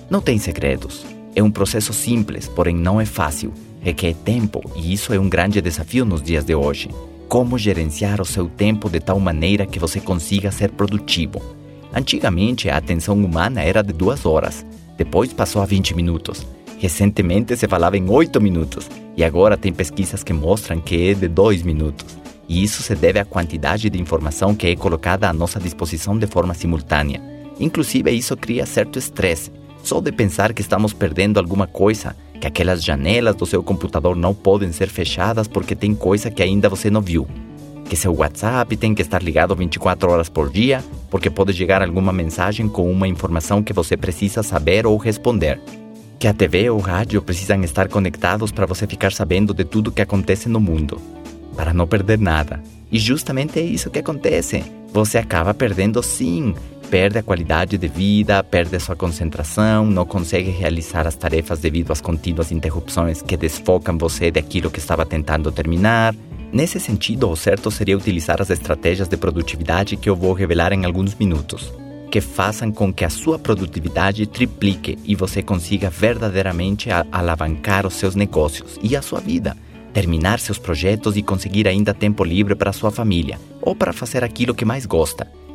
Não tem segredos. É um processo simples, porém não é fácil. Requer tempo e isso é um grande desafio nos dias de hoje. Como gerenciar o seu tempo de tal maneira que você consiga ser produtivo? Antigamente, a atenção humana era de 2 horas. Depois passou a 20 minutos. Recentemente se falava em 8 minutos. E agora tem pesquisas que mostram que é de 2 minutos. E isso se deve à quantidade de informação que é colocada à nossa disposição de forma simultânea. Inclusive, isso cria certo estresse. Só de pensar que estamos perdendo alguma coisa, que aquelas janelas do seu computador não podem ser fechadas porque tem coisa que ainda você não viu. Que seu WhatsApp tem que estar ligado 24 horas por dia, porque pode chegar alguma mensagem com uma informação que você precisa saber ou responder. Que a TV ou rádio precisam estar conectados para você ficar sabendo de tudo que acontece no mundo, para não perder nada. E justamente é isso que acontece. Você acaba perdendo sim. Perde a qualidade de vida, perde a sua concentração, não consegue realizar as tarefas devido às contínuas interrupções que desfocam você daquilo que estava tentando terminar. Nesse sentido, o certo seria utilizar as estratégias de produtividade que eu vou revelar em alguns minutos, que façam com que a sua produtividade triplique e você consiga verdadeiramente alavancar os seus negócios e a sua vida, terminar seus projetos e conseguir ainda tempo livre para a sua família ou para fazer aquilo que mais gosta.